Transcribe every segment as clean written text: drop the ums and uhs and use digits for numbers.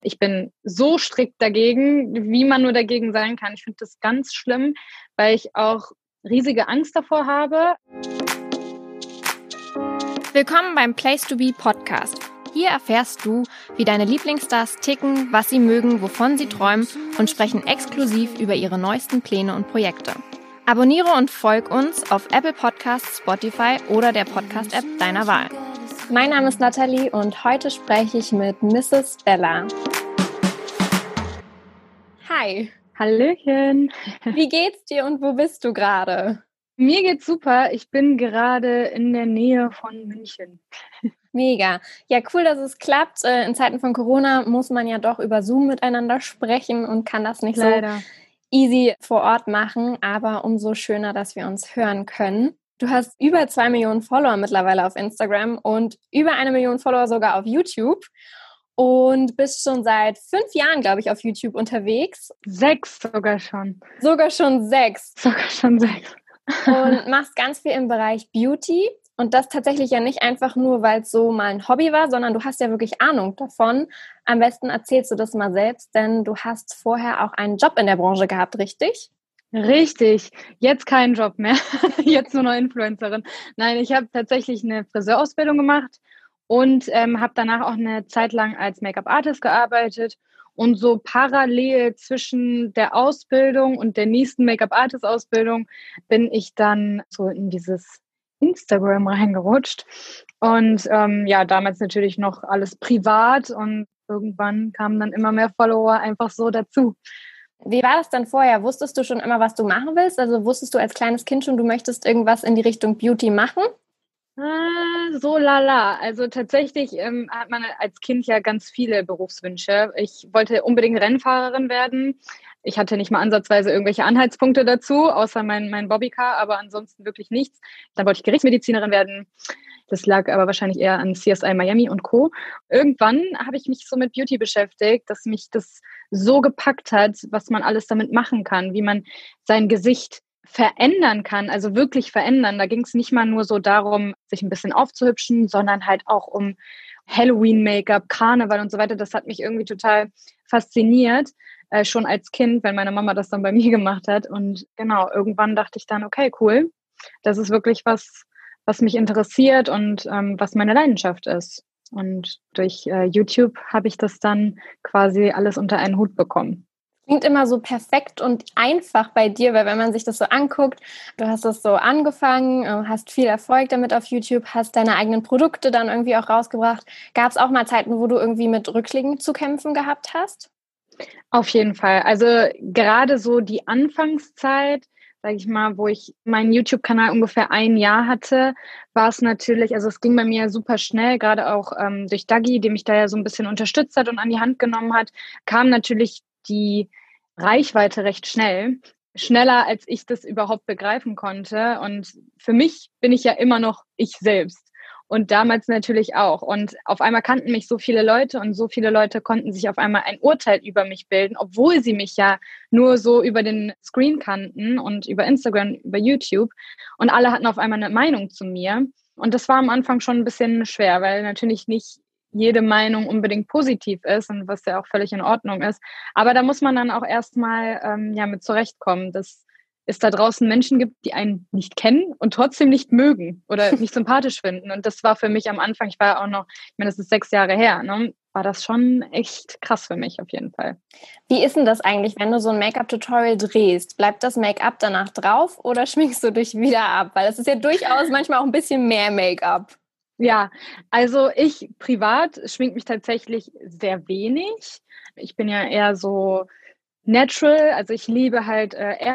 ich bin so strikt dagegen, wie man nur dagegen sein kann. Ich finde das ganz schlimm, weil ich auch riesige Angst davor habe. Willkommen beim Place to Be Podcast. Hier erfährst du, wie deine Lieblingsstars ticken, was sie mögen, wovon sie träumen und sprechen exklusiv über ihre neuesten Pläne und Projekte. Abonniere und folg uns auf Apple Podcasts, Spotify oder der Podcast-App deiner Wahl. Mein Name ist Nathalie und heute spreche ich mit Mrs. Bella. Hi. Hallöchen. Wie geht's dir und wo bist du gerade? Mir geht's super. Ich bin gerade in der Nähe von München. Mega. Ja, cool, dass es klappt. In Zeiten von Corona muss man ja doch über Zoom miteinander sprechen und kann das nicht Leider so easy vor Ort machen, aber umso schöner, dass wir uns hören können. Du hast über 2 Millionen Follower mittlerweile auf Instagram und über 1 Million Follower sogar auf YouTube und bist schon seit 5 Jahren, glaube ich, auf YouTube unterwegs. 6 sogar schon. Sogar schon 6. Sogar schon 6. Und machst ganz viel im Bereich Beauty. Und das tatsächlich ja nicht einfach nur, weil es so mal ein Hobby war, sondern du hast ja wirklich Ahnung davon. Am besten erzählst du das mal selbst, denn du hast vorher auch einen Job in der Branche gehabt, richtig? Richtig. Jetzt keinen Job mehr. Jetzt nur noch Influencerin. Nein, ich habe tatsächlich eine Friseurausbildung gemacht und habe danach auch eine Zeit lang als Make-up-Artist gearbeitet. Und so parallel zwischen der Ausbildung und der nächsten Make-up-Artist-Ausbildung bin ich dann so in dieses Instagram reingerutscht und damals natürlich noch alles privat und irgendwann kamen dann immer mehr Follower einfach so dazu. Wie war das dann vorher? Wusstest du schon immer, was du machen willst? Also wusstest du als kleines Kind schon, du möchtest irgendwas in die Richtung Beauty machen? So lala. Also tatsächlich hat man als Kind ja ganz viele Berufswünsche. Ich wollte unbedingt Rennfahrerin werden. Ich hatte nicht mal ansatzweise irgendwelche Anhaltspunkte dazu, außer mein Bobbycar, aber ansonsten wirklich nichts. Dann wollte ich Gerichtsmedizinerin werden. Das lag aber wahrscheinlich eher an CSI Miami und Co. Irgendwann habe ich mich so mit Beauty beschäftigt, dass mich das so gepackt hat, was man alles damit machen kann, wie man sein Gesicht verändern kann, also wirklich verändern. Da ging es nicht mal nur so darum, sich ein bisschen aufzuhübschen, sondern halt auch um Halloween-Make-up, Karneval und so weiter. Das hat mich irgendwie total fasziniert, schon als Kind, wenn meine Mama das dann bei mir gemacht hat. Und genau, irgendwann dachte ich dann, okay, cool, das ist wirklich was mich interessiert und was meine Leidenschaft ist. Und durch YouTube habe ich das dann quasi alles unter einen Hut bekommen. Klingt immer so perfekt und einfach bei dir, weil wenn man sich das so anguckt, du hast das so angefangen, hast viel Erfolg damit auf YouTube, hast deine eigenen Produkte dann irgendwie auch rausgebracht. Gab es auch mal Zeiten, wo du irgendwie mit Rückschlägen zu kämpfen gehabt hast? Auf jeden Fall. Also gerade so die Anfangszeit, sage ich mal, wo ich meinen YouTube-Kanal ungefähr 1 Jahr hatte, war es natürlich, also es ging bei mir super schnell, gerade auch durch Dagi, die mich da ja so ein bisschen unterstützt hat und an die Hand genommen hat, kam natürlich die Reichweite recht schnell. Schneller, als ich das überhaupt begreifen konnte. Und für mich bin ich ja immer noch ich selbst. Und damals natürlich auch. Und auf einmal kannten mich so viele Leute und so viele Leute konnten sich auf einmal ein Urteil über mich bilden, obwohl sie mich ja nur so über den Screen kannten und über Instagram, über YouTube. Und alle hatten auf einmal eine Meinung zu mir. Und das war am Anfang schon ein bisschen schwer, weil natürlich nicht jede Meinung unbedingt positiv ist und was ja auch völlig in Ordnung ist. Aber da muss man dann auch erstmal mit zurechtkommen, dass es da draußen Menschen gibt, die einen nicht kennen und trotzdem nicht mögen oder nicht sympathisch finden. Und das war für mich am Anfang, ich war auch noch, ich meine, das ist 6 Jahre her, ne? War das schon echt krass für mich auf jeden Fall. Wie ist denn das eigentlich, wenn du so ein Make-up-Tutorial drehst? Bleibt das Make-up danach drauf oder schminkst du dich wieder ab? Weil es ist ja durchaus manchmal auch ein bisschen mehr Make-up. Ja, also ich privat schminke mich tatsächlich sehr wenig. Ich bin ja eher so natural, also ich liebe halt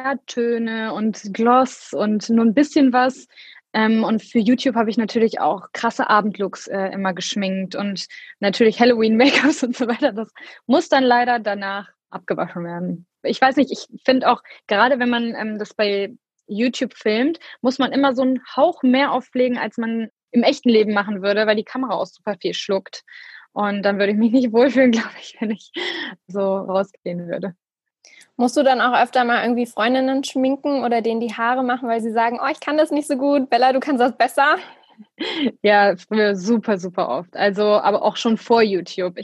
Erdtöne und Gloss und nur ein bisschen was. Und für YouTube habe ich natürlich auch krasse Abendlooks immer geschminkt und natürlich Halloween-Make-ups und so weiter. Das muss dann leider danach abgewaschen werden. Ich weiß nicht, ich finde auch, gerade wenn man das bei YouTube filmt, muss man immer so einen Hauch mehr auflegen, als man im echten Leben machen würde, weil die Kamera auch super viel schluckt. Und dann würde ich mich nicht wohlfühlen, glaube ich, wenn ich so rausgehen würde. Musst du dann auch öfter mal irgendwie Freundinnen schminken oder denen die Haare machen, weil sie sagen, oh, ich kann das nicht so gut, Bella, du kannst das besser? Ja, früher super, super oft. Also, aber auch schon vor YouTube. Ich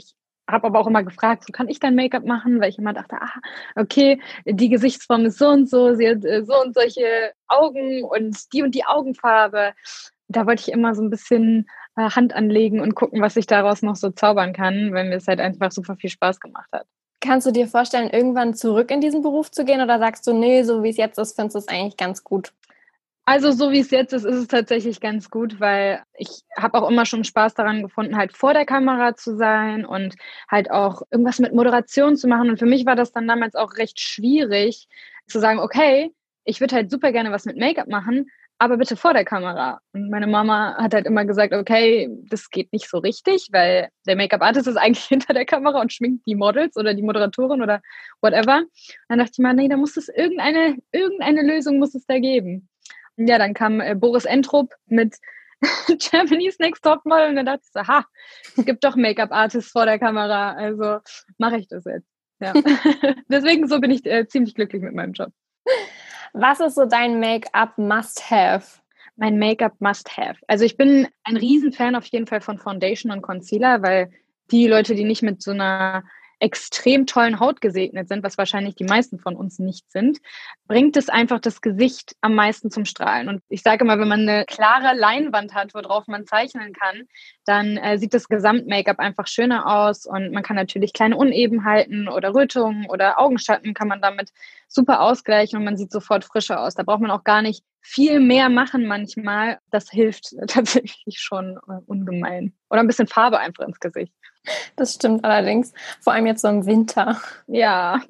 habe aber auch immer gefragt, so kann ich dein Make-up machen? Weil ich immer dachte, okay, die Gesichtsform ist so und so, sie hat so und solche Augen und die Augenfarbe. Da wollte ich immer so ein bisschen Hand anlegen und gucken, was ich daraus noch so zaubern kann, weil mir es halt einfach super viel Spaß gemacht hat. Kannst du dir vorstellen, irgendwann zurück in diesen Beruf zu gehen oder sagst du, nee, so wie es jetzt ist, findest du es eigentlich ganz gut? Also so wie es jetzt ist es tatsächlich ganz gut, weil ich habe auch immer schon Spaß daran gefunden, halt vor der Kamera zu sein und halt auch irgendwas mit Moderation zu machen. Und für mich war das dann damals auch recht schwierig zu sagen, okay, ich würde halt super gerne was mit Make-up machen, aber bitte vor der Kamera. Und meine Mama hat halt immer gesagt, okay, das geht nicht so richtig, weil der Make-up-Artist ist eigentlich hinter der Kamera und schminkt die Models oder die Moderatorin oder whatever. Und dann dachte ich mal, nee, da muss es irgendeine Lösung muss es da geben. Ja, dann kam Boris Entrup mit Germany's Next Topmodel und dann dachte ich so, es gibt doch Make-up-Artists vor der Kamera, also mache ich das jetzt. Ja. Deswegen so bin ich ziemlich glücklich mit meinem Job. Was ist so dein Make-up Must-Have? Mein Make-up Must-Have. Also ich bin ein Riesenfan auf jeden Fall von Foundation und Concealer, weil die Leute, die nicht mit so einer extrem tollen Haut gesegnet sind, was wahrscheinlich die meisten von uns nicht sind, bringt es einfach das Gesicht am meisten zum Strahlen. Und ich sage immer, wenn man eine klare Leinwand hat, worauf man zeichnen kann, dann sieht das Gesamt-Make-up einfach schöner aus und man kann natürlich kleine Unebenheiten oder Rötungen oder Augenschatten kann man damit super ausgleichen und man sieht sofort frischer aus. Da braucht man auch gar nicht viel mehr machen manchmal. Das hilft tatsächlich schon ungemein. Oder ein bisschen Farbe einfach ins Gesicht. Das stimmt allerdings, vor allem jetzt so im Winter. Ja.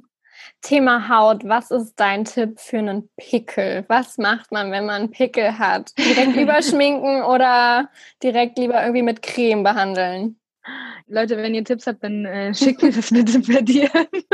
Thema Haut, was ist dein Tipp für einen Pickel? Was macht man, wenn man einen Pickel hat? Direkt überschminken oder direkt lieber irgendwie mit Creme behandeln? Leute, wenn ihr Tipps habt, dann schickt mir das bitte per dir.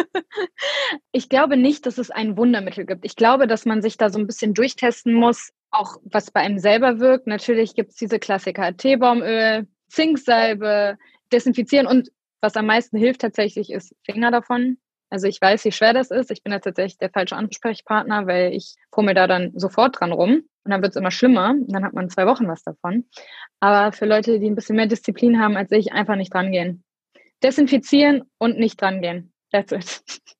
Ich glaube nicht, dass es ein Wundermittel gibt. Ich glaube, dass man sich da so ein bisschen durchtesten muss, auch was bei einem selber wirkt. Natürlich gibt es diese Klassiker, Teebaumöl, Zinksalbe, desinfizieren und was am meisten hilft tatsächlich ist Finger davon. Also ich weiß, wie schwer das ist. Ich bin da tatsächlich der falsche Ansprechpartner, weil ich fummel da dann sofort dran rum und dann wird es immer schlimmer. Und dann hat man 2 Wochen was davon. Aber für Leute, die ein bisschen mehr Disziplin haben als ich, einfach nicht dran gehen. Desinfizieren und nicht dran gehen. That's it.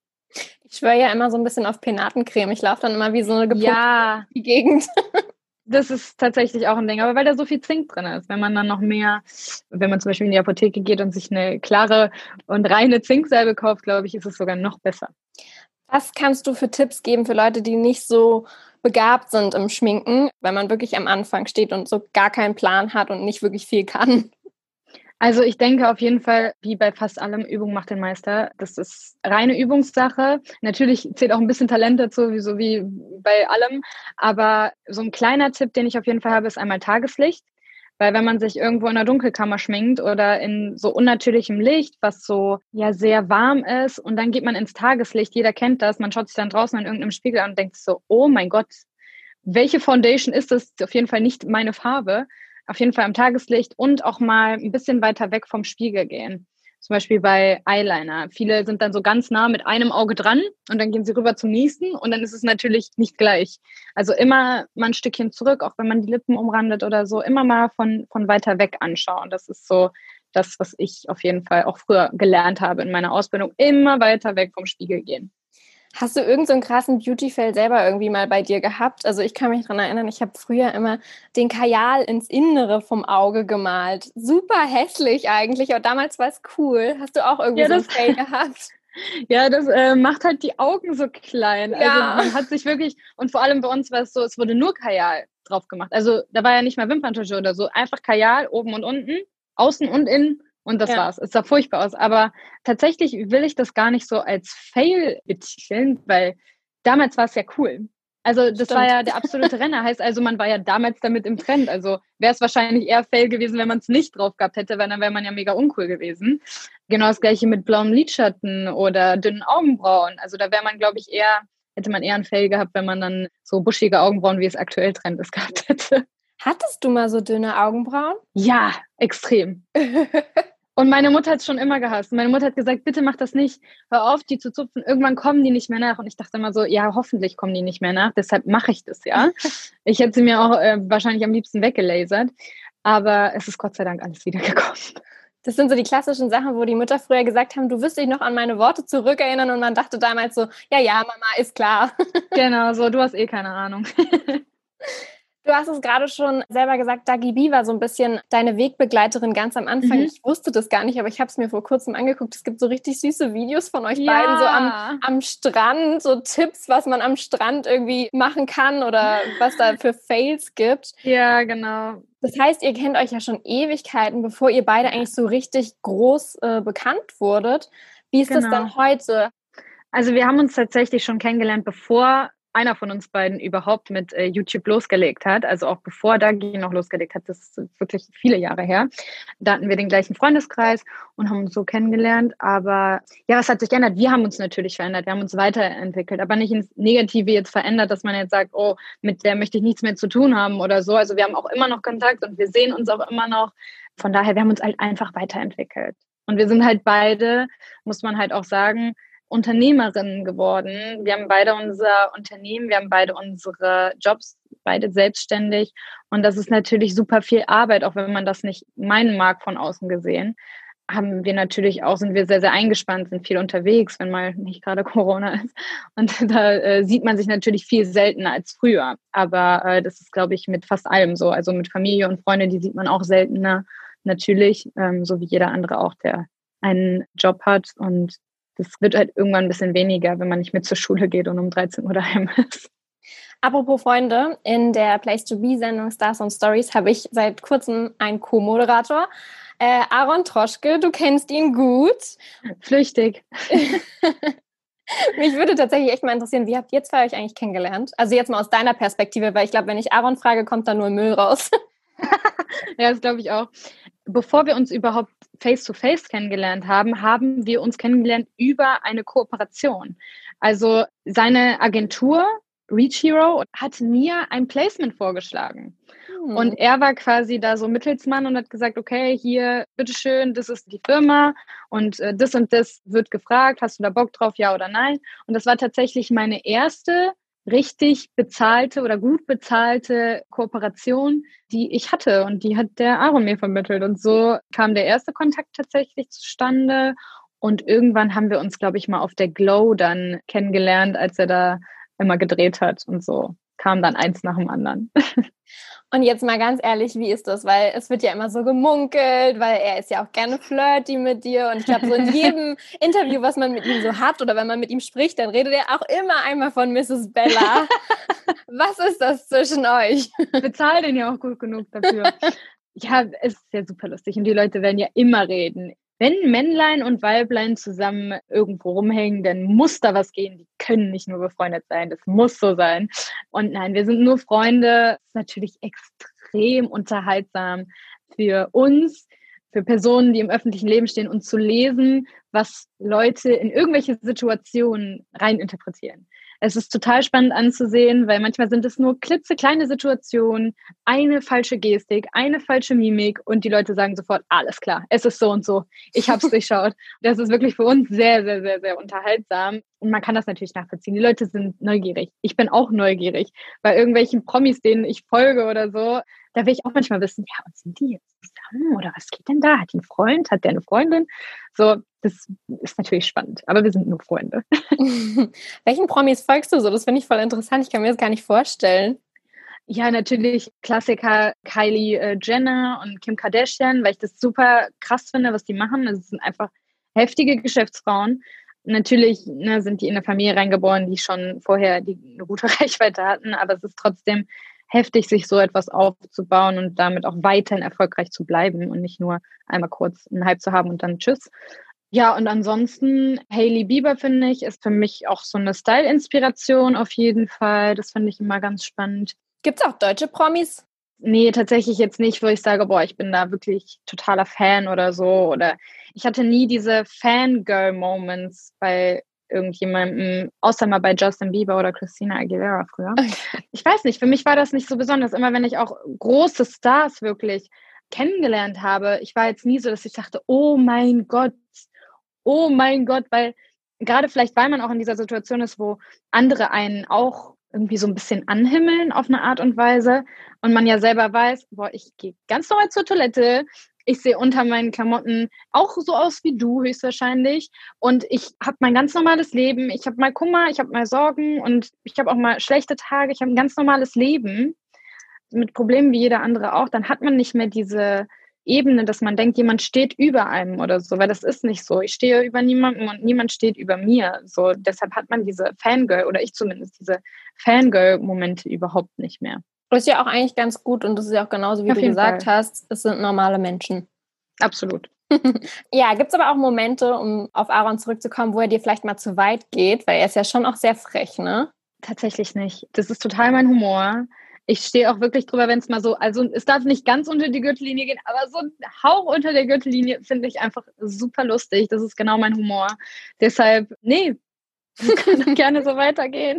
Ich schwöre ja immer so ein bisschen auf Penatencreme. Ich laufe dann immer wie so eine gepunkte die Gegend. Das ist tatsächlich auch ein Ding, aber weil da so viel Zink drin ist. Wenn man dann noch mehr, wenn man zum Beispiel in die Apotheke geht und sich eine klare und reine Zinksalbe kauft, glaube ich, ist es sogar noch besser. Was kannst du für Tipps geben für Leute, die nicht so begabt sind im Schminken, wenn man wirklich am Anfang steht und so gar keinen Plan hat und nicht wirklich viel kann? Also ich denke auf jeden Fall, wie bei fast allem, Übung macht den Meister. Das ist reine Übungssache. Natürlich zählt auch ein bisschen Talent dazu, so wie bei allem. Aber so ein kleiner Tipp, den ich auf jeden Fall habe, ist einmal Tageslicht. Weil wenn man sich irgendwo in der Dunkelkammer schminkt oder in so unnatürlichem Licht, was so ja sehr warm ist und dann geht man ins Tageslicht, jeder kennt das, man schaut sich dann draußen in irgendeinem Spiegel an und denkt so, oh mein Gott, welche Foundation ist das? Auf jeden Fall nicht meine Farbe. Auf jeden Fall am Tageslicht und auch mal ein bisschen weiter weg vom Spiegel gehen. Zum Beispiel bei Eyeliner. Viele sind dann so ganz nah mit einem Auge dran und dann gehen sie rüber zum nächsten und dann ist es natürlich nicht gleich. Also immer mal ein Stückchen zurück, auch wenn man die Lippen umrandet oder so, immer mal von weiter weg anschauen. Das ist so das, was ich auf jeden Fall auch früher gelernt habe in meiner Ausbildung. Immer weiter weg vom Spiegel gehen. Hast du irgend so einen krassen Beauty-Fail selber irgendwie mal bei dir gehabt? Also ich kann mich daran erinnern, ich habe früher immer den Kajal ins Innere vom Auge gemalt. Super hässlich eigentlich, aber damals war es cool. Hast du auch irgendwie so einen Fail gehabt? Ja, das macht halt die Augen so klein. Ja. Also man hat sich wirklich, und vor allem bei uns war es so, es wurde nur Kajal drauf gemacht. Also da war ja nicht mal Wimperntusche oder so, einfach Kajal oben und unten, außen und innen. Und das war's. Es sah furchtbar aus. Aber tatsächlich will ich das gar nicht so als Fail betiteln, weil damals war es ja cool. Also das war ja der absolute Renner. Heißt also, man war ja damals damit im Trend. Also wäre es wahrscheinlich eher Fail gewesen, wenn man es nicht drauf gehabt hätte, weil dann wäre man ja mega uncool gewesen. Genau das Gleiche mit blauem Lidschatten oder dünnen Augenbrauen. Also da wäre man, glaube ich, hätte man eher einen Fail gehabt, wenn man dann so buschige Augenbrauen, wie es aktuell Trend ist, gehabt hätte. Hattest du mal so dünne Augenbrauen? Ja, extrem. Und meine Mutter hat es schon immer gehasst. Meine Mutter hat gesagt, bitte mach das nicht, hör auf, die zu zupfen. Irgendwann kommen die nicht mehr nach. Und ich dachte immer so, ja, hoffentlich kommen die nicht mehr nach. Deshalb mache ich das, ja. Ich hätte sie mir auch wahrscheinlich am liebsten weggelasert. Aber es ist Gott sei Dank alles wiedergekommen. Das sind so die klassischen Sachen, wo die Mütter früher gesagt haben, du wirst dich noch an meine Worte zurückerinnern und man dachte damals so, ja, Mama, ist klar. Genau, so, du hast eh keine Ahnung. Du hast es gerade schon selber gesagt, Dagi B war so ein bisschen deine Wegbegleiterin ganz am Anfang. Ich wusste das gar nicht, aber ich habe es mir vor kurzem angeguckt. Es gibt so richtig süße Videos von euch beiden so am Strand, so Tipps, was man am Strand irgendwie machen kann oder was da für Fails gibt. Ja, genau. Das heißt, ihr kennt euch ja schon Ewigkeiten, bevor ihr beide eigentlich so richtig groß bekannt wurdet. Wie ist das dann heute? Also wir haben uns tatsächlich schon kennengelernt, bevor einer von uns beiden überhaupt mit YouTube losgelegt hat, also auch bevor Dagi noch losgelegt hat, das ist wirklich viele Jahre her. Da hatten wir den gleichen Freundeskreis und haben uns so kennengelernt, aber ja, was hat sich geändert? Wir haben uns natürlich verändert, wir haben uns weiterentwickelt, aber nicht ins Negative jetzt verändert, dass man jetzt sagt, oh, mit der möchte ich nichts mehr zu tun haben oder so. Also wir haben auch immer noch Kontakt und wir sehen uns auch immer noch. Von daher, wir haben uns halt einfach weiterentwickelt. Und wir sind halt beide, muss man halt auch sagen, Unternehmerinnen geworden. Wir haben beide unser Unternehmen, wir haben beide unsere Jobs, beide selbstständig. Und das ist natürlich super viel Arbeit, auch wenn man das nicht meinen mag von außen gesehen. Haben wir natürlich auch, sind wir sehr, sehr eingespannt, sind viel unterwegs, wenn mal nicht gerade Corona ist. Und da sieht man sich natürlich viel seltener als früher. Aber das ist, glaube ich, mit fast allem so. Also mit Familie und Freunde, die sieht man auch seltener, natürlich, so wie jeder andere auch, der einen Job hat. Und das wird halt irgendwann ein bisschen weniger, wenn man nicht mit zur Schule geht und um 13 Uhr daheim ist. Apropos Freunde, in der Place-to-Be-Sendung Stars on Stories habe ich seit kurzem einen Co-Moderator. Aaron Troschke, du kennst ihn gut. Flüchtig. Mich würde tatsächlich echt mal interessieren, wie habt ihr zwei euch eigentlich kennengelernt? Also jetzt mal aus deiner Perspektive, weil ich glaube, wenn ich Aaron frage, kommt da nur Müll raus. Ja, das glaube ich auch. Bevor wir uns überhaupt face-to-face kennengelernt haben, haben wir uns kennengelernt über eine Kooperation. Also seine Agentur Reach Hero hat mir ein Placement vorgeschlagen. Und er war quasi da so Mittelsmann und hat gesagt, okay, hier, bitteschön, das ist die Firma und das wird gefragt, hast du da Bock drauf, ja oder nein? Und das war tatsächlich meine erste richtig bezahlte oder gut bezahlte Kooperation, die ich hatte, und die hat der Aaron mir vermittelt. Und so kam der erste Kontakt tatsächlich zustande. Und irgendwann haben wir uns, glaube ich, mal auf der Glow dann kennengelernt, als er da immer gedreht hat. Und so kam dann eins nach dem anderen. Und jetzt mal ganz ehrlich, wie ist das? Weil es wird ja immer so gemunkelt, weil er ist ja auch gerne flirty mit dir. Und ich glaube, so in jedem Interview, was man mit ihm so hat oder wenn man mit ihm spricht, dann redet er auch immer einmal von Mrs. Bella. Was ist das zwischen euch? Ich bezahle den ja auch gut genug dafür. Ja, es ist ja super lustig und die Leute werden ja immer reden. Wenn Männlein und Weiblein zusammen irgendwo rumhängen, dann muss da was gehen. Die können nicht nur befreundet sein, das muss so sein. Und nein, wir sind nur Freunde. Das ist natürlich extrem unterhaltsam für uns, für Personen, die im öffentlichen Leben stehen, und zu lesen, was Leute in irgendwelche Situationen reininterpretieren. Es ist total spannend anzusehen, weil manchmal sind es nur klitzekleine Situationen, eine falsche Gestik, eine falsche Mimik und die Leute sagen sofort, alles klar, es ist so und so, ich habe es durchschaut. Das ist wirklich für uns sehr, sehr, sehr, sehr unterhaltsam und man kann das natürlich nachvollziehen. Die Leute sind neugierig. Ich bin auch neugierig. Bei irgendwelchen Promis, denen ich folge oder so, da will ich auch manchmal wissen, ja, was sind die jetzt zusammen oder was geht denn da? Hat die einen Freund? Hat der eine Freundin? So, das ist natürlich spannend, aber wir sind nur Freunde. Welchen Promis folgst du so? Das finde ich voll interessant. Ich kann mir das gar nicht vorstellen. Ja, natürlich Klassiker Kylie Jenner und Kim Kardashian, weil ich das super krass finde, was die machen. Es sind einfach heftige Geschäftsfrauen. Natürlich sind die in eine Familie reingeboren, die schon vorher eine gute Reichweite hatten, aber es ist trotzdem heftig, sich so etwas aufzubauen und damit auch weiterhin erfolgreich zu bleiben und nicht nur einmal kurz einen Hype zu haben und dann tschüss. Ja, und ansonsten Hailey Bieber, finde ich, ist für mich auch so eine Style-Inspiration auf jeden Fall. Das finde ich immer ganz spannend. Gibt es auch deutsche Promis? Nee, tatsächlich jetzt nicht, wo ich sage, boah, ich bin da wirklich totaler Fan oder so. Oder ich hatte nie diese Fangirl-Moments bei irgendjemandem, außer mal bei Justin Bieber oder Christina Aguilera früher. Ich weiß nicht, für mich war das nicht so besonders. Immer wenn ich auch große Stars wirklich kennengelernt habe, ich war jetzt nie so, dass ich dachte, oh mein Gott, weil gerade vielleicht, weil man auch in dieser Situation ist, wo andere einen auch irgendwie so ein bisschen anhimmeln auf eine Art und Weise und man ja selber weiß, boah, ich gehe ganz normal zur Toilette, Ich sehe unter meinen Klamotten auch so aus wie du höchstwahrscheinlich. Und ich habe mein ganz normales Leben. Ich habe mal Kummer, ich habe mal Sorgen und ich habe auch mal schlechte Tage. Ich habe ein ganz normales Leben mit Problemen wie jeder andere auch. Dann hat man nicht mehr diese Ebene, dass man denkt, jemand steht über einem oder so, weil das ist nicht so. Ich stehe über niemanden und niemand steht über mir. So, deshalb hat man diese Fangirl oder ich zumindest diese Fangirl-Momente überhaupt nicht mehr. Das ist ja auch eigentlich ganz gut und das ist ja auch genauso, wie du gesagt hast, es sind normale Menschen. Absolut. Ja, gibt es aber auch Momente, um auf Aaron zurückzukommen, wo er dir vielleicht mal zu weit geht, weil er ist ja schon auch sehr frech, ne? Tatsächlich nicht. Das ist total mein Humor. Ich stehe auch wirklich drüber, wenn es mal so, also es darf nicht ganz unter die Gürtellinie gehen, aber so ein Hauch unter der Gürtellinie finde ich einfach super lustig. Das ist genau mein Humor. Deshalb, nee, kann gerne so weitergehen.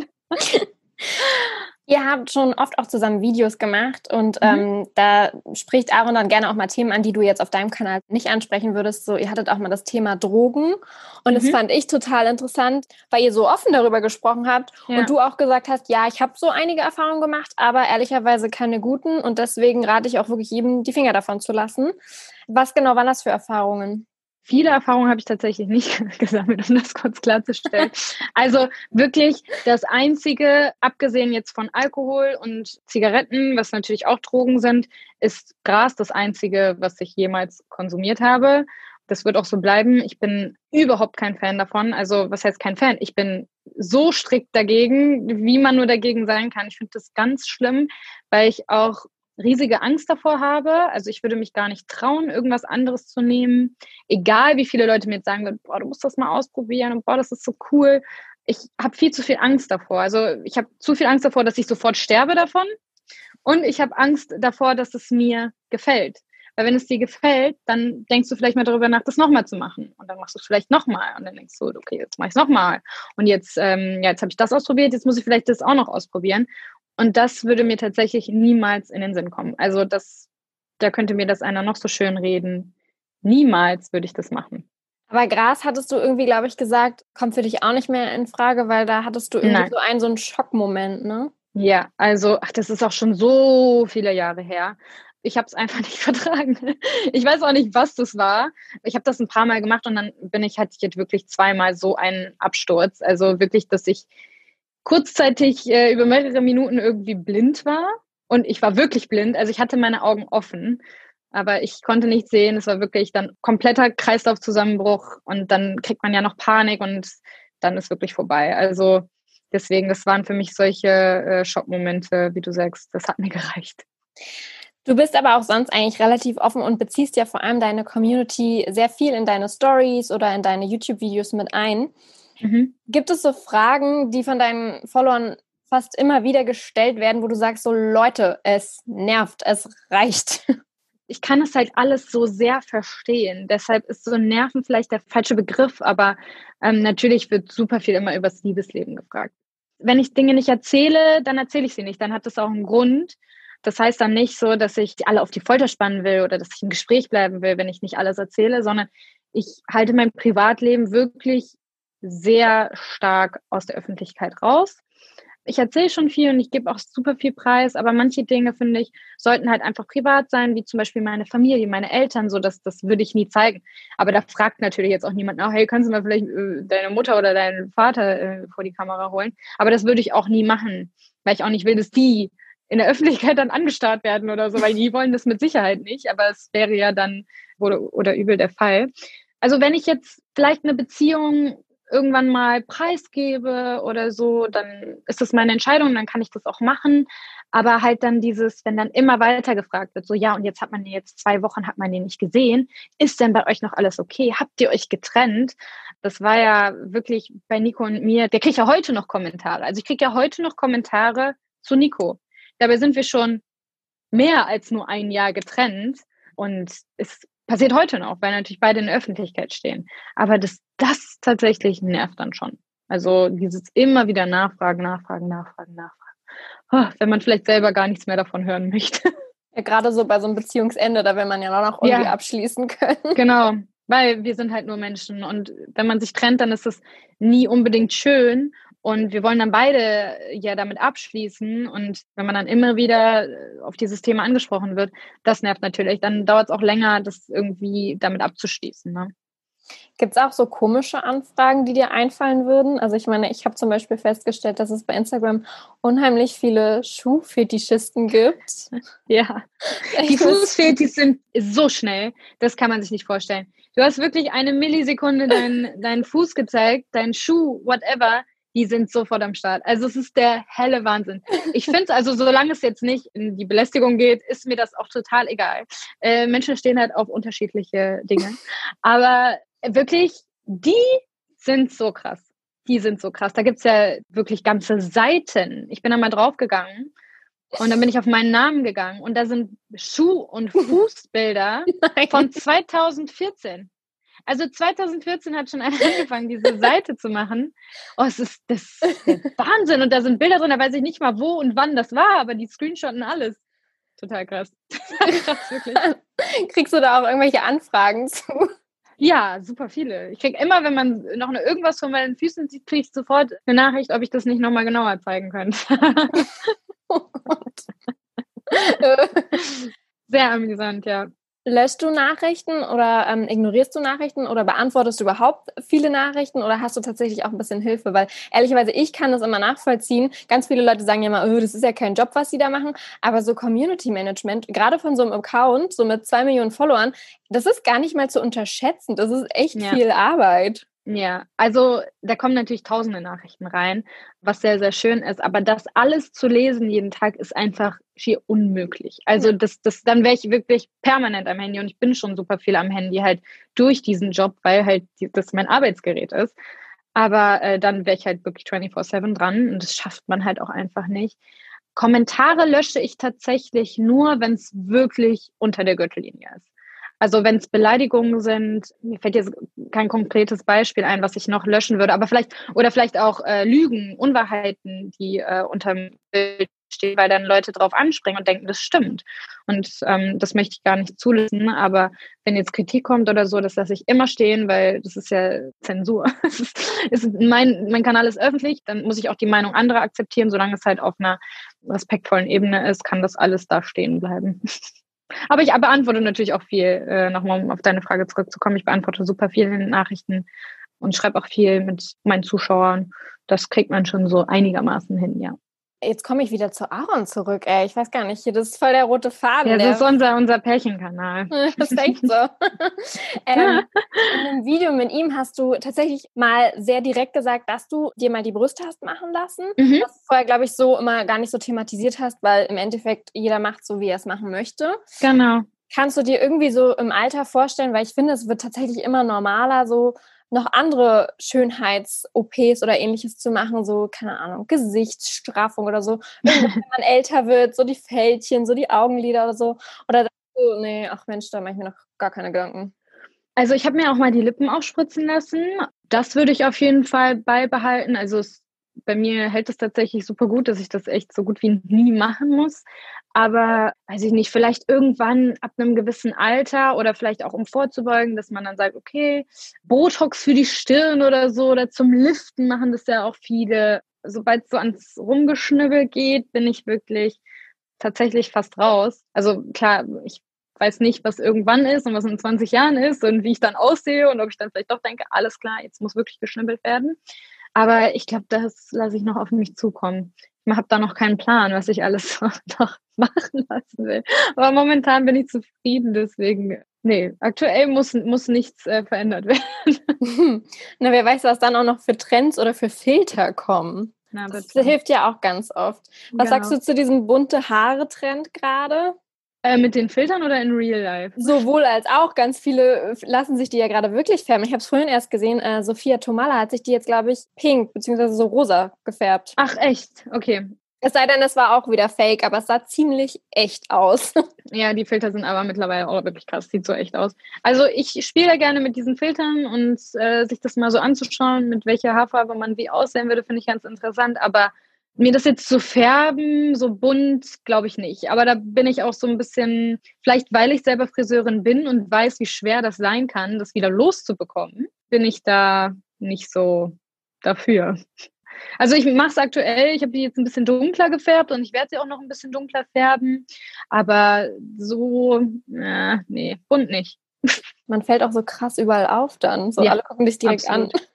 Ihr habt schon oft auch zusammen Videos gemacht und da spricht Aaron dann gerne auch mal Themen an, die du jetzt auf deinem Kanal nicht ansprechen würdest. So, ihr hattet auch mal das Thema Drogen und das fand ich total interessant, weil ihr so offen darüber gesprochen habt und du auch gesagt hast, ja, ich habe so einige Erfahrungen gemacht, aber ehrlicherweise keine guten und deswegen rate ich auch wirklich jedem, die Finger davon zu lassen. Was genau waren das für Erfahrungen? Viele Erfahrungen habe ich tatsächlich nicht gesammelt, um das kurz klarzustellen. Also wirklich das Einzige, abgesehen jetzt von Alkohol und Zigaretten, was natürlich auch Drogen sind, ist Gras das Einzige, was ich jemals konsumiert habe. Das wird auch so bleiben. Ich bin überhaupt kein Fan davon. Also was heißt kein Fan? Ich bin so strikt dagegen, wie man nur dagegen sein kann. Ich finde das ganz schlimm, weil ich auch riesige Angst davor habe. Also ich würde mich gar nicht trauen, irgendwas anderes zu nehmen. Egal, wie viele Leute mir jetzt sagen würden, boah, du musst das mal ausprobieren und boah, das ist so cool. Ich habe viel zu viel Angst davor. Also ich habe zu viel Angst davor, dass ich sofort sterbe davon. Und ich habe Angst davor, dass es mir gefällt. Weil wenn es dir gefällt, dann denkst du vielleicht mal darüber nach, das nochmal zu machen. Und dann machst du es vielleicht nochmal. Und dann denkst du, okay, jetzt mache ich es nochmal. Und jetzt habe ich das ausprobiert, jetzt muss ich vielleicht das auch noch ausprobieren. Und das würde mir tatsächlich niemals in den Sinn kommen. Also da könnte mir das einer noch so schön reden. Niemals würde ich das machen. Aber Gras hattest du irgendwie, glaube ich, gesagt, kommt für dich auch nicht mehr in Frage, weil da hattest du irgendwie so einen Schockmoment, ne? Ja, also, das ist auch schon so viele Jahre her. Ich habe es einfach nicht vertragen. Ich weiß auch nicht, was das war. Ich habe das ein paar Mal gemacht und dann hatte ich jetzt wirklich zweimal so einen Absturz. Also wirklich, dass ich kurzzeitig über mehrere Minuten irgendwie blind war. Und ich war wirklich blind. Also ich hatte meine Augen offen, aber ich konnte nicht sehen. Es war wirklich dann kompletter Kreislaufzusammenbruch und dann kriegt man ja noch Panik und dann ist wirklich vorbei. Also deswegen, das waren für mich solche Schockmomente, wie du sagst. Das hat mir gereicht. Du bist aber auch sonst eigentlich relativ offen und beziehst ja vor allem deine Community sehr viel in deine Stories oder in deine YouTube-Videos mit ein. Gibt es so Fragen, die von deinen Followern fast immer wieder gestellt werden, wo du sagst, so Leute, es nervt, es reicht? Ich kann es halt alles so sehr verstehen. Deshalb ist so Nerven vielleicht der falsche Begriff, aber natürlich wird super viel immer über das Liebesleben gefragt. Wenn ich Dinge nicht erzähle, dann erzähle ich sie nicht. Dann hat das auch einen Grund. Das heißt dann nicht so, dass ich alle auf die Folter spannen will oder dass ich im Gespräch bleiben will, wenn ich nicht alles erzähle, sondern ich halte mein Privatleben wirklich sehr stark aus der Öffentlichkeit raus. Ich erzähle schon viel und ich gebe auch super viel Preis, aber manche Dinge, finde ich, sollten halt einfach privat sein, wie zum Beispiel meine Familie, meine Eltern, so das würde ich nie zeigen. Aber da fragt natürlich jetzt auch niemand nach, hey, kannst du mal vielleicht deine Mutter oder deinen Vater vor die Kamera holen? Aber das würde ich auch nie machen, weil ich auch nicht will, dass die in der Öffentlichkeit dann angestarrt werden oder so, weil die wollen das mit Sicherheit nicht, aber es wäre ja dann oder übel der Fall. Also wenn ich jetzt vielleicht eine Beziehung irgendwann mal preisgebe oder so, dann ist das meine Entscheidung, dann kann ich das auch machen. Aber halt dann wenn dann immer weiter gefragt wird, so ja, und jetzt 2 Wochen hat man den nicht gesehen. Ist denn bei euch noch alles okay? Habt ihr euch getrennt? Das war ja wirklich bei Nico und mir, der kriegt ja heute noch Kommentare. Also ich kriege ja heute noch Kommentare zu Nico. Dabei sind wir schon mehr als nur ein Jahr getrennt und es passiert heute noch, weil natürlich beide in der Öffentlichkeit stehen. Aber das tatsächlich nervt dann schon. Also dieses immer wieder Nachfragen. Oh, wenn man vielleicht selber gar nichts mehr davon hören möchte. Ja, gerade so bei so einem Beziehungsende, da will man ja noch irgendwie abschließen können. Genau, weil wir sind halt nur Menschen und wenn man sich trennt, dann ist es nie unbedingt schön Und wir wollen dann beide ja damit abschließen. Und wenn man dann immer wieder auf dieses Thema angesprochen wird, das nervt natürlich. Dann dauert es auch länger, das irgendwie damit abzuschließen. Ne? Gibt es auch so komische Anfragen, die dir einfallen würden? Also ich meine, ich habe zum Beispiel festgestellt, dass es bei Instagram unheimlich viele Schuhfetischisten gibt. Ja, die Fußfetis sind so schnell, das kann man sich nicht vorstellen. Du hast wirklich eine Millisekunde deinen Fuß gezeigt, deinen Schuh, whatever, die sind sofort am Start. Also es ist der helle Wahnsinn. Ich finde es, also solange es jetzt nicht in die Belästigung geht, ist mir das auch total egal. Menschen stehen halt auf unterschiedliche Dinge. Aber wirklich, die sind so krass. Die sind so krass. Da gibt es ja wirklich ganze Seiten. Ich bin da mal draufgegangen und dann bin ich auf meinen Namen gegangen und da sind Schuh- und Fußbilder von 2014. Also 2014 hat schon einer angefangen, diese Seite zu machen. Oh, das ist der Wahnsinn. Und da sind Bilder drin, da weiß ich nicht mal, wo und wann das war, aber die screenshotten alles. Total krass. Krass, wirklich. Kriegst du da auch irgendwelche Anfragen zu? Ja, super viele. Ich kriege immer, wenn man noch irgendwas von meinen Füßen sieht, kriege ich sofort eine Nachricht, ob ich das nicht nochmal genauer zeigen könnte. Oh Gott. Sehr amüsant, ja. Löschst du Nachrichten oder ignorierst du Nachrichten oder beantwortest du überhaupt viele Nachrichten oder hast du tatsächlich auch ein bisschen Hilfe? Weil ehrlicherweise, ich kann das immer nachvollziehen. Ganz viele Leute sagen ja immer, oh, das ist ja kein Job, was sie da machen. Aber so Community Management, gerade von so einem Account, so mit 2 Millionen Followern, das ist gar nicht mal zu unterschätzen. Das ist echt viel Arbeit. Ja, also da kommen natürlich tausende Nachrichten rein, was sehr, sehr schön ist. Aber das alles zu lesen jeden Tag ist einfach schier unmöglich. Also dann wäre ich wirklich permanent am Handy und ich bin schon super viel am Handy halt durch diesen Job, weil halt das mein Arbeitsgerät ist. Aber dann wäre ich halt wirklich 24/7 dran und das schafft man halt auch einfach nicht. Kommentare lösche ich tatsächlich nur, wenn es wirklich unter der Gürtellinie ist. Also wenn es Beleidigungen sind, mir fällt jetzt kein konkretes Beispiel ein, was ich noch löschen würde, aber vielleicht auch Lügen, Unwahrheiten, die unterm Bild stehen, weil dann Leute drauf anspringen und denken, das stimmt. Und das möchte ich gar nicht zulassen, aber wenn jetzt Kritik kommt oder so, das lasse ich immer stehen, weil das ist ja Zensur. Mein Kanal ist öffentlich, dann muss ich auch die Meinung anderer akzeptieren, solange es halt auf einer respektvollen Ebene ist, kann das alles da stehen bleiben. Aber ich beantworte natürlich auch viel, nochmal um auf deine Frage zurückzukommen. Ich beantworte super viel in den Nachrichten und schreibe auch viel mit meinen Zuschauern. Das kriegt man schon so einigermaßen hin, ja. Jetzt komme ich wieder zu Aaron zurück, ey. Ich weiß gar nicht, das ist voll der rote Faden. Ja, das ist unser Pärchenkanal. Das ist echt so. In einem Video mit ihm hast du tatsächlich mal sehr direkt gesagt, dass du dir mal die Brüste hast machen lassen. Was du vorher, glaube ich, so immer gar nicht so thematisiert hast, weil im Endeffekt jeder macht so, wie er es machen möchte. Genau. Kannst du dir irgendwie so im Alter vorstellen, weil ich finde, es wird tatsächlich immer normaler, so noch andere Schönheits-OPs oder Ähnliches zu machen, so, keine Ahnung, Gesichtsstraffung oder so. Wenn man älter wird, so die Fältchen, so die Augenlider oder so. Oder sagst du, nee, ach Mensch, da mache ich mir noch gar keine Gedanken. Also ich habe mir auch mal die Lippen aufspritzen lassen. Das würde ich auf jeden Fall beibehalten. Also bei mir hält es tatsächlich super gut, dass ich das echt so gut wie nie machen muss. Aber, weiß ich nicht, vielleicht irgendwann ab einem gewissen Alter oder vielleicht auch um vorzubeugen, dass man dann sagt, okay, Botox für die Stirn oder so oder zum Liften machen das ja auch viele. Sobald es so ans Rumgeschnibbel geht, bin ich wirklich tatsächlich fast raus. Also klar, ich weiß nicht, was irgendwann ist und was in 20 Jahren ist und wie ich dann aussehe und ob ich dann vielleicht doch denke, alles klar, jetzt muss wirklich geschnibbelt werden. Aber ich glaube, das lasse ich noch auf mich zukommen. Ich habe da noch keinen Plan, was ich alles noch machen lassen will. Aber momentan bin ich zufrieden, deswegen, nee, aktuell muss nichts verändert werden. Na, wer weiß, was dann auch noch für Trends oder für Filter kommen. Das hilft ja auch ganz oft. Was sagst du zu diesem bunte Haare-Trend gerade? Mit den Filtern oder in Real Life? Sowohl als auch. Ganz viele lassen sich die ja gerade wirklich färben. Ich habe es vorhin erst gesehen, Sophia Tomalla hat sich die jetzt, glaube ich, pink bzw. so rosa gefärbt. Ach, echt? Okay. Es sei denn, es war auch wieder fake, aber es sah ziemlich echt aus. Ja, die Filter sind aber mittlerweile auch wirklich krass. Sieht so echt aus. Also ich spiele da gerne mit diesen Filtern und sich das mal so anzuschauen, mit welcher Haarfarbe man wie aussehen würde, finde ich ganz interessant. Aber mir das jetzt zu färben, so bunt, glaube ich nicht. Aber da bin ich auch so ein bisschen, vielleicht weil ich selber Friseurin bin und weiß, wie schwer das sein kann, das wieder loszubekommen, bin ich da nicht so dafür. Also ich mache es aktuell, ich habe die jetzt ein bisschen dunkler gefärbt und ich werde sie auch noch ein bisschen dunkler färben, aber so, nee, bunt nicht. Man fällt auch so krass überall auf dann, so Ja, alle gucken dich direkt absolut. an.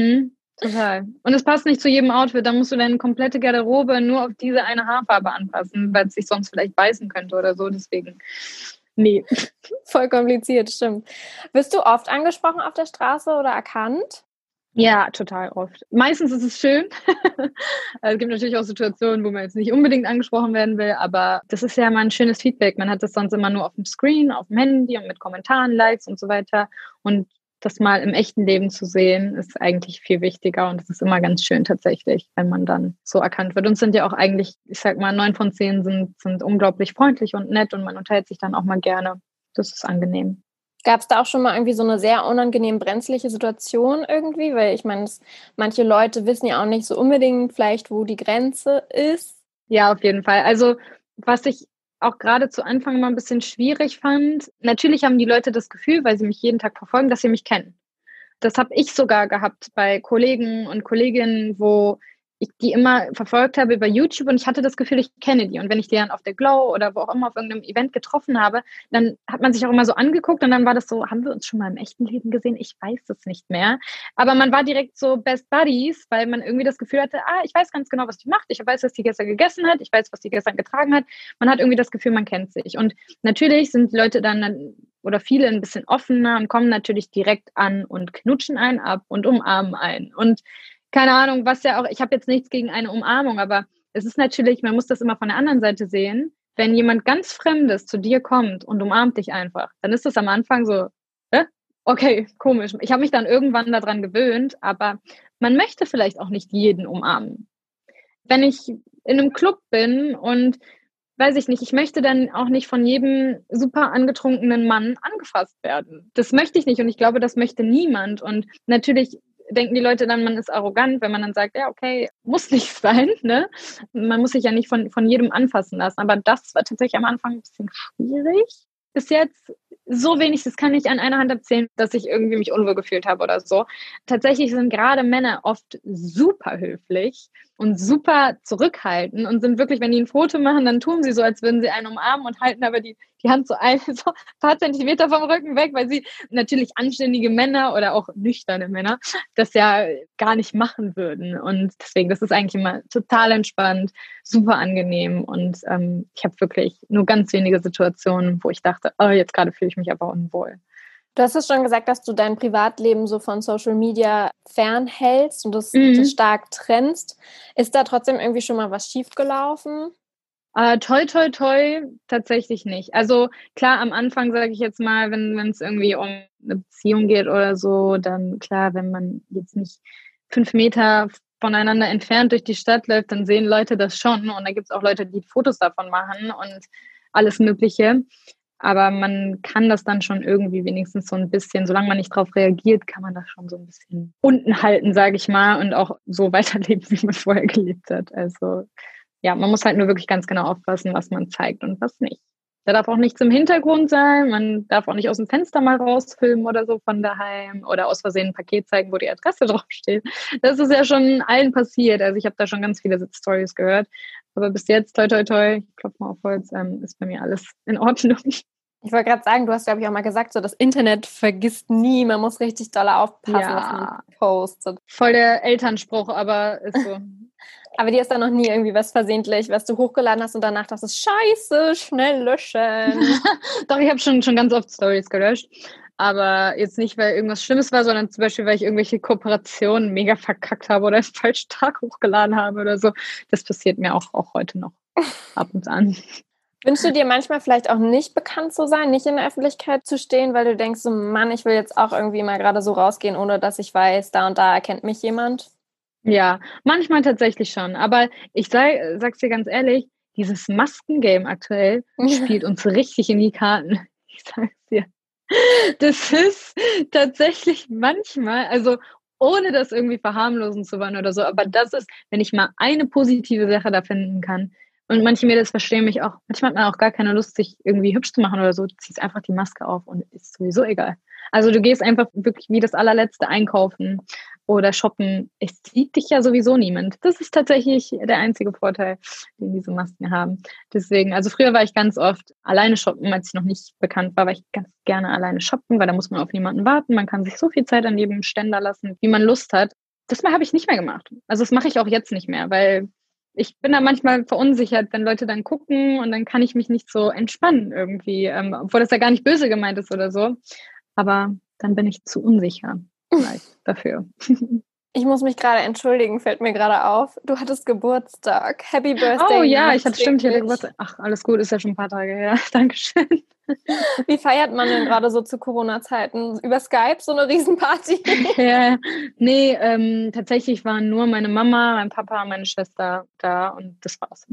Total. Und es passt nicht zu jedem Outfit, dann musst du deine komplette Garderobe nur auf diese eine Haarfarbe anpassen, weil es sich sonst vielleicht beißen könnte oder so, deswegen, nee. Voll kompliziert, stimmt. Wirst du oft angesprochen auf der Straße oder erkannt? Ja, total oft. Meistens ist es schön. Es gibt natürlich auch Situationen, wo man jetzt nicht unbedingt angesprochen werden will, aber das ist ja mal ein schönes Feedback. Man hat das sonst immer nur auf dem Screen, auf dem Handy und mit Kommentaren, Likes und so weiter. Und das mal im echten Leben zu sehen, ist eigentlich viel wichtiger und es ist immer ganz schön tatsächlich, wenn man dann so erkannt wird. Und es sind ja auch eigentlich, ich sag mal, 9 von 10 sind unglaublich freundlich und nett und man unterhält sich dann auch mal gerne. Das ist angenehm. Gab es da auch schon mal irgendwie so eine sehr unangenehm brenzliche Situation irgendwie? Weil ich meine, manche Leute wissen ja auch nicht so unbedingt vielleicht, wo die Grenze ist. Ja, auf jeden Fall. Also was ich auch gerade zu Anfang mal ein bisschen schwierig fand, natürlich haben die Leute das Gefühl, weil sie mich jeden Tag verfolgen, dass sie mich kennen. Das habe ich sogar gehabt bei Kollegen und Kolleginnen, wo ich die immer verfolgt habe über YouTube und ich hatte das Gefühl, ich kenne die. Und wenn ich die dann auf der Glow oder wo auch immer auf irgendeinem Event getroffen habe, dann hat man sich auch immer so angeguckt und dann war das so, haben wir uns schon mal im echten Leben gesehen? Ich weiß es nicht mehr. Aber man war direkt so Best Buddies, weil man irgendwie das Gefühl hatte, ich weiß ganz genau, was die macht. Ich weiß, was die gestern gegessen hat. Ich weiß, was die gestern getragen hat. Man hat irgendwie das Gefühl, man kennt sich. Und natürlich sind die Leute dann oder viele ein bisschen offener und kommen natürlich direkt an und knutschen einen ab und umarmen einen. Und keine Ahnung, was ja auch, ich habe jetzt nichts gegen eine Umarmung, aber es ist natürlich, man muss das immer von der anderen Seite sehen. Wenn jemand ganz Fremdes zu dir kommt und umarmt dich einfach, dann ist das am Anfang so, okay, komisch. Ich habe mich dann irgendwann daran gewöhnt, aber man möchte vielleicht auch nicht jeden umarmen. Wenn ich in einem Club bin und weiß ich nicht, ich möchte dann auch nicht von jedem super angetrunkenen Mann angefasst werden. Das möchte ich nicht und ich glaube, das möchte niemand. Und natürlich denken die Leute dann, man ist arrogant, wenn man dann sagt, ja, okay, muss nicht sein, ne? Man muss sich ja nicht von jedem anfassen lassen. Aber das war tatsächlich am Anfang ein bisschen schwierig. Bis jetzt so wenig, das kann ich an einer Hand abzählen, dass ich irgendwie mich unwohl gefühlt habe oder so. Tatsächlich sind gerade Männer oft super höflich und super zurückhaltend und sind wirklich, wenn die ein Foto machen, dann tun sie so, als würden sie einen umarmen und halten aber die Hand so ein paar Zentimeter vom Rücken weg, weil sie natürlich anständige Männer oder auch nüchterne Männer das ja gar nicht machen würden. Und deswegen, das ist eigentlich immer total entspannt, super angenehm und ich habe wirklich nur ganz wenige Situationen, wo ich dachte, jetzt gerade fühle ich mich aber unwohl. Du hast es schon gesagt, dass du dein Privatleben so von Social Media fernhältst und das stark trennst. Ist da trotzdem irgendwie schon mal was schiefgelaufen? Toi, toi, toi, tatsächlich nicht. Also klar, am Anfang sage ich jetzt mal, wenn es irgendwie um eine Beziehung geht oder so, dann klar, wenn man jetzt nicht 5 Meter voneinander entfernt durch die Stadt läuft, dann sehen Leute das schon und da gibt es auch Leute, die Fotos davon machen und alles Mögliche. Aber man kann das dann schon irgendwie wenigstens so ein bisschen, solange man nicht darauf reagiert, kann man das schon so ein bisschen unten halten, sage ich mal, und auch so weiterleben, wie man vorher gelebt hat. Also ja, man muss halt nur wirklich ganz genau aufpassen, was man zeigt und was nicht. Da darf auch nichts im Hintergrund sein, man darf auch nicht aus dem Fenster mal rausfilmen oder so von daheim oder aus Versehen ein Paket zeigen, wo die Adresse draufsteht. Das ist ja schon allen passiert. Also ich habe da schon ganz viele Stories gehört. Aber bis jetzt, toi, toi, toi, ich klopfe mal auf Holz, ist bei mir alles in Ordnung. Ich wollte gerade sagen, du hast, glaube ich, auch mal gesagt, so das Internet vergisst nie, man muss richtig doll aufpassen, was man postet. Voll der Elternspruch, aber ist so. Aber dir ist da noch nie irgendwie was versehentlich, was du hochgeladen hast und danach dachtest, scheiße, schnell löschen. Doch, ich habe schon ganz oft Stories gelöscht. Aber jetzt nicht, weil irgendwas Schlimmes war, sondern zum Beispiel, weil ich irgendwelche Kooperationen mega verkackt habe oder einen falschen Tag hochgeladen habe oder so. Das passiert mir auch heute noch ab und an. Wünschst du dir manchmal vielleicht auch nicht bekannt zu sein, nicht in der Öffentlichkeit zu stehen, weil du denkst, so Mann, ich will jetzt auch irgendwie mal gerade so rausgehen, ohne dass ich weiß, da und da erkennt mich jemand? Ja, manchmal tatsächlich schon. Aber ich sag's dir ganz ehrlich, dieses Maskengame aktuell spielt uns richtig in die Karten. Ich sag's dir. Das ist tatsächlich manchmal, also ohne das irgendwie verharmlosen zu wollen oder so, aber das ist, wenn ich mal eine positive Sache da finden kann, und manche Mädels verstehen manchmal hat man auch gar keine Lust, sich irgendwie hübsch zu machen oder so, du ziehst einfach die Maske auf und ist sowieso egal. Also du gehst einfach wirklich wie das allerletzte einkaufen oder shoppen. Es sieht dich ja sowieso niemand. Das ist tatsächlich der einzige Vorteil, den diese Masken haben. Deswegen, also früher war ich ganz oft alleine shoppen, als ich noch nicht bekannt war ich ganz gerne alleine shoppen, weil da muss man auf niemanden warten. Man kann sich so viel Zeit an jedem Ständer lassen, wie man Lust hat. Das habe ich nicht mehr gemacht. Also das mache ich auch jetzt nicht mehr, weil ich bin da manchmal verunsichert, wenn Leute dann gucken und dann kann ich mich nicht so entspannen irgendwie, obwohl das ja gar nicht böse gemeint ist oder so. Aber dann bin ich zu unsicher vielleicht dafür. Ich muss mich gerade entschuldigen, fällt mir gerade auf. Du hattest Geburtstag. Happy Birthday. Oh ja, ich hatte Geburtstag. Ach, alles gut, ist ja schon ein paar Tage her. Dankeschön. Wie feiert man denn gerade so zu Corona-Zeiten? Über Skype so eine Riesenparty? Ja, nee, tatsächlich waren nur meine Mama, mein Papa, meine Schwester da und das war's.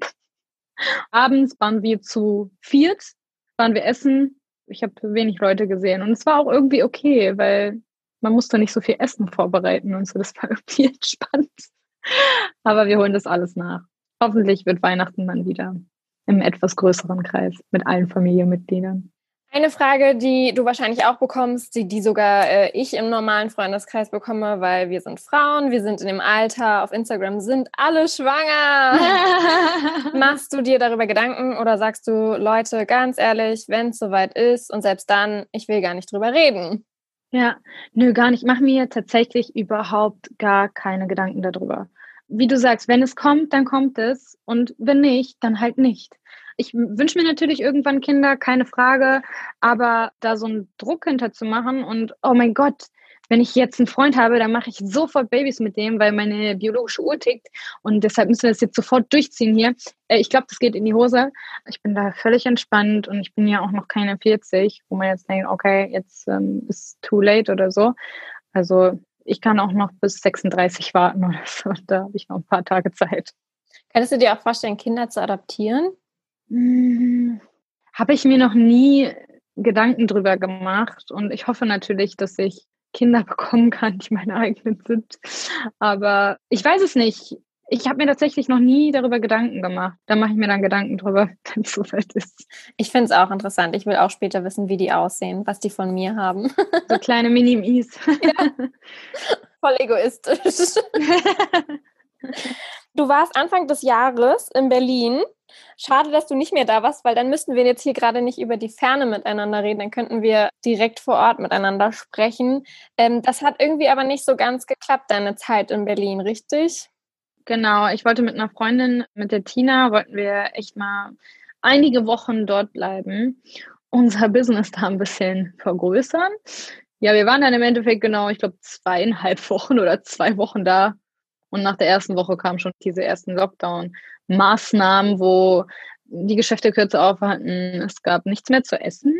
Abends waren wir zu viert, waren wir essen. Ich habe wenig Leute gesehen und es war auch irgendwie okay, weil man musste nicht so viel Essen vorbereiten und so. Das war irgendwie entspannt. Aber wir holen das alles nach. Hoffentlich wird Weihnachten dann wieder im etwas größeren Kreis mit allen Familienmitgliedern. Eine Frage, die du wahrscheinlich auch bekommst, die sogar ich im normalen Freundeskreis bekomme, weil wir sind Frauen, wir sind in dem Alter, auf Instagram sind alle schwanger. Machst du dir darüber Gedanken oder sagst du, Leute, ganz ehrlich, wenn es soweit ist und selbst dann, ich will gar nicht drüber reden? Ja, nö, gar nicht. Ich mache mir tatsächlich überhaupt gar keine Gedanken darüber. Wie du sagst, wenn es kommt, dann kommt es und wenn nicht, dann halt nicht. Ich wünsche mir natürlich irgendwann Kinder, keine Frage, aber da so einen Druck hinter zu machen und oh mein Gott, wenn ich jetzt einen Freund habe, dann mache ich sofort Babys mit dem, weil meine biologische Uhr tickt und deshalb müssen wir das jetzt sofort durchziehen hier. Ich glaube, das geht in die Hose. Ich bin da völlig entspannt und ich bin ja auch noch keine 40, wo man jetzt denkt, okay, jetzt ist too late oder so. Also ich kann auch noch bis 36 warten oder so. Da habe ich noch ein paar Tage Zeit. Könntest du dir auch vorstellen, Kinder zu adoptieren? Habe ich mir noch nie Gedanken drüber gemacht und ich hoffe natürlich, dass ich Kinder bekommen kann, die meine eigenen sind. Aber ich weiß es nicht. Ich habe mir tatsächlich noch nie darüber Gedanken gemacht. Da mache ich mir dann Gedanken drüber, wenn es soweit ist. Ich finde es auch interessant. Ich will auch später wissen, wie die aussehen, was die von mir haben. So kleine Mini-Mies. Ja. Voll egoistisch. Du warst Anfang des Jahres in Berlin. Schade, dass du nicht mehr da warst, weil dann müssten wir jetzt hier gerade nicht über die Ferne miteinander reden. Dann könnten wir direkt vor Ort miteinander sprechen. Das hat irgendwie aber nicht so ganz geklappt, deine Zeit in Berlin, richtig? Genau, ich wollte mit einer Freundin, mit der Tina, wollten wir echt mal einige Wochen dort bleiben, unser Business da ein bisschen vergrößern. Ja, wir waren dann im Endeffekt genau, ich glaube, 2,5 Wochen oder 2 Wochen da. Und nach der ersten Woche kamen schon diese ersten Lockdown-Maßnahmen, wo die Geschäfte kürzer auf hatten. Es gab nichts mehr zu essen.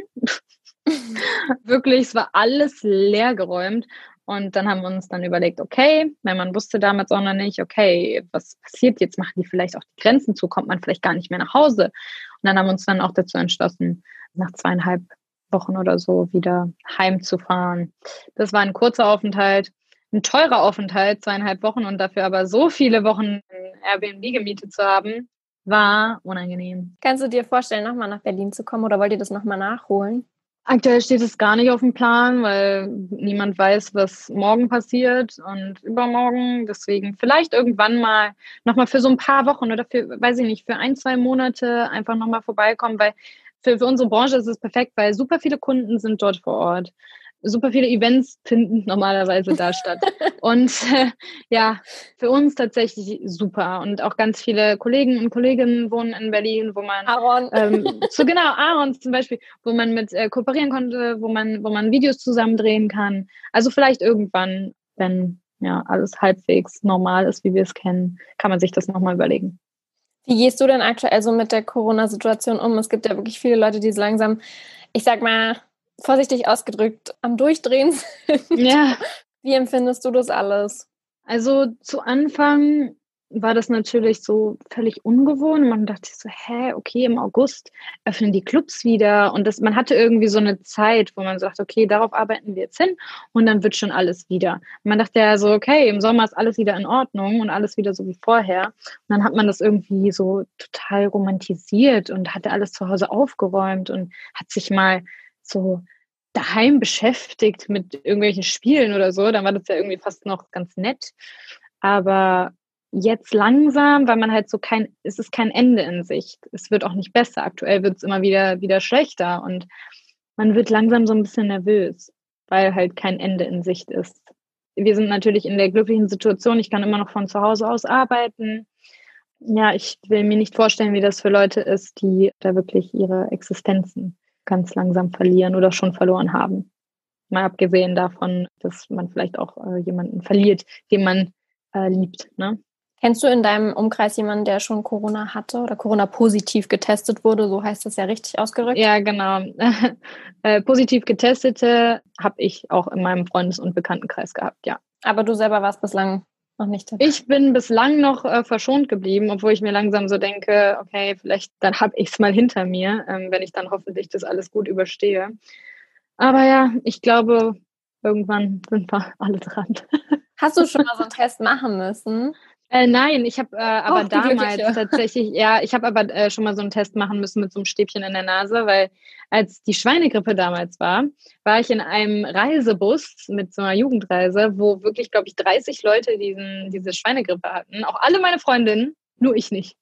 Wirklich, es war alles leergeräumt. Und dann haben wir uns dann überlegt, okay, weil man wusste damals auch noch nicht, okay, was passiert jetzt? Machen die vielleicht auch die Grenzen zu? Kommt man vielleicht gar nicht mehr nach Hause? Und dann haben wir uns dann auch dazu entschlossen, nach 2,5 Wochen oder so wieder heimzufahren. Das war ein kurzer Aufenthalt, ein teurer Aufenthalt, 2,5 Wochen und dafür aber so viele Wochen Airbnb gemietet zu haben, war unangenehm. Kannst du dir vorstellen, nochmal nach Berlin zu kommen oder wollt ihr das nochmal nachholen? Aktuell steht es gar nicht auf dem Plan, weil niemand weiß, was morgen passiert und übermorgen. Deswegen vielleicht irgendwann mal nochmal für so ein paar Wochen oder für, weiß ich nicht, für 1-2 Monate einfach nochmal vorbeikommen, weil für unsere Branche ist es perfekt, weil super viele Kunden sind dort vor Ort. Super viele Events finden normalerweise da statt. Und ja, für uns tatsächlich super. Und auch ganz viele Kollegen und Kolleginnen wohnen in Berlin, wo man Aaron. Aaron zum Beispiel, wo man mit kooperieren konnte, wo man Videos zusammen drehen kann. Also vielleicht irgendwann, wenn ja alles halbwegs normal ist, wie wir es kennen, kann man sich das nochmal überlegen. Wie gehst du denn aktuell so mit der Corona-Situation um? Es gibt ja wirklich viele Leute, die so langsam, ich sag mal, vorsichtig ausgedrückt, am Durchdrehen sind. Ja. Wie empfindest du das alles? Also zu Anfang war das natürlich so völlig ungewohnt. Man dachte sich so, okay, im August öffnen die Clubs wieder. Und man hatte irgendwie so eine Zeit, wo man sagt, okay, darauf arbeiten wir jetzt hin und dann wird schon alles wieder. Und man dachte ja so, okay, im Sommer ist alles wieder in Ordnung und alles wieder so wie vorher. Und dann hat man das irgendwie so total romantisiert und hatte alles zu Hause aufgeräumt und hat sich mal so daheim beschäftigt mit irgendwelchen Spielen oder so, dann war das ja irgendwie fast noch ganz nett. Aber jetzt langsam, weil man halt es ist kein Ende in Sicht. Es wird auch nicht besser. Aktuell wird es immer wieder schlechter und man wird langsam so ein bisschen nervös, weil halt kein Ende in Sicht ist. Wir sind natürlich in der glücklichen Situation, ich kann immer noch von zu Hause aus arbeiten. Ja, ich will mir nicht vorstellen, wie das für Leute ist, die da wirklich ihre Existenzen ganz langsam verlieren oder schon verloren haben. Mal abgesehen davon, dass man vielleicht auch jemanden verliert, den man liebt. Ne? Kennst du in deinem Umkreis jemanden, der schon Corona hatte oder Corona-positiv getestet wurde? So heißt das ja richtig ausgedrückt. Ja, genau. Positiv Getestete habe ich auch in meinem Freundes- und Bekanntenkreis gehabt, ja. Aber du selber warst bislang noch nicht dabei. Ich bin bislang noch verschont geblieben, obwohl ich mir langsam so denke, okay, vielleicht dann habe ich es mal hinter mir, wenn ich dann hoffentlich das alles gut überstehe. Aber ja, ich glaube, irgendwann sind wir alle dran. Hast du schon mal so einen Test machen müssen? Nein, ich habe aber damals Glückliche. tatsächlich, ich habe aber schon mal so einen Test machen müssen mit so einem Stäbchen in der Nase, weil als die Schweinegrippe damals war ich in einem Reisebus mit so einer Jugendreise, wo wirklich, glaube ich, 30 Leute diese Schweinegrippe hatten. Auch alle meine Freundinnen, nur ich nicht.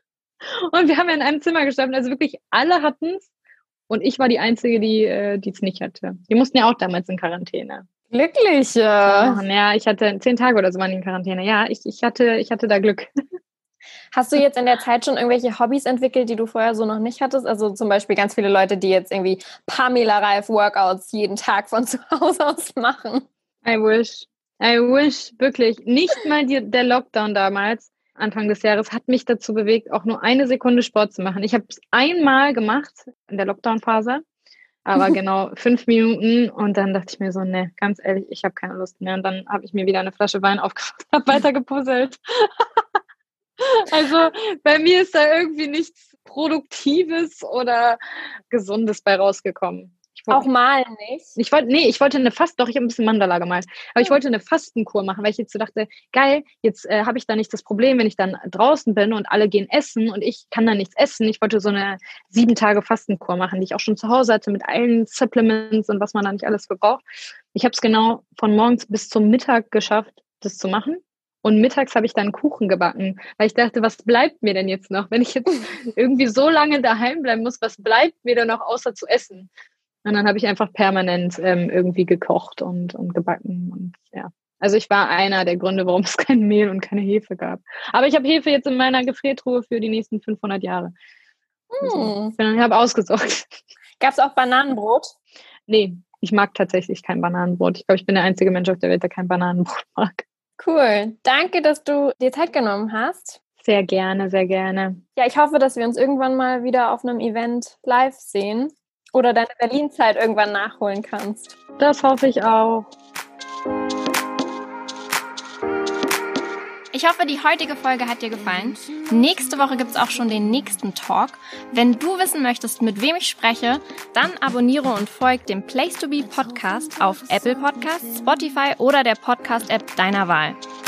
Und wir haben ja in einem Zimmer geschlafen, also wirklich alle hatten es und ich war die Einzige, die es nicht hatte. Die mussten ja auch damals in Quarantäne. Glückliche. Ja, ich hatte 10 Tage oder so waren in Quarantäne. Ja, ich hatte da Glück. Hast du jetzt in der Zeit schon irgendwelche Hobbys entwickelt, die du vorher so noch nicht hattest? Also zum Beispiel ganz viele Leute, die jetzt irgendwie Pamela-Reif-Workouts jeden Tag von zu Hause aus machen. I wish, wirklich. Nicht mal der Lockdown damals, Anfang des Jahres, hat mich dazu bewegt, auch nur 1 Sekunde Sport zu machen. Ich habe es einmal gemacht in der Lockdown-Phase. Aber genau 5 Minuten und dann dachte ich mir so, ne, ganz ehrlich, ich habe keine Lust mehr. Und dann habe ich mir wieder eine Flasche Wein aufgemacht, habe weiter gepuzzelt. Also bei mir ist da irgendwie nichts Produktives oder Gesundes bei rausgekommen. Auch malen nicht? Ich wollte eine ich habe ein bisschen Mandala gemalt, aber ich wollte eine Fastenkur machen, weil ich jetzt so dachte, geil, jetzt habe ich da nicht das Problem, wenn ich dann draußen bin und alle gehen essen und ich kann da nichts essen. Ich wollte so eine 7 Tage Fastenkur machen, die ich auch schon zu Hause hatte mit allen Supplements und was man da nicht alles für braucht. Ich habe es genau von morgens bis zum Mittag geschafft, das zu machen. Und mittags habe ich dann Kuchen gebacken, weil ich dachte, was bleibt mir denn jetzt noch? Wenn ich jetzt irgendwie so lange daheim bleiben muss, was bleibt mir denn noch außer zu essen? Und dann habe ich einfach permanent irgendwie gekocht und gebacken. Und ja, also ich war einer der Gründe, warum es kein Mehl und keine Hefe gab. Aber ich habe Hefe jetzt in meiner Gefriertruhe für die nächsten 500 Jahre. Also, ich habe ausgesorgt. Gab es auch Bananenbrot? Nee, ich mag tatsächlich kein Bananenbrot. Ich glaube, ich bin der einzige Mensch auf der Welt, der kein Bananenbrot mag. Cool. Danke, dass du dir Zeit genommen hast. Sehr gerne, sehr gerne. Ja, ich hoffe, dass wir uns irgendwann mal wieder auf einem Event live sehen oder deine Berlin-Zeit irgendwann nachholen kannst. Das hoffe ich auch. Ich hoffe, die heutige Folge hat dir gefallen. Nächste Woche gibt es auch schon den nächsten Talk. Wenn du wissen möchtest, mit wem ich spreche, dann abonniere und folge dem Place to Be Podcast auf Apple Podcasts, Spotify oder der Podcast-App deiner Wahl.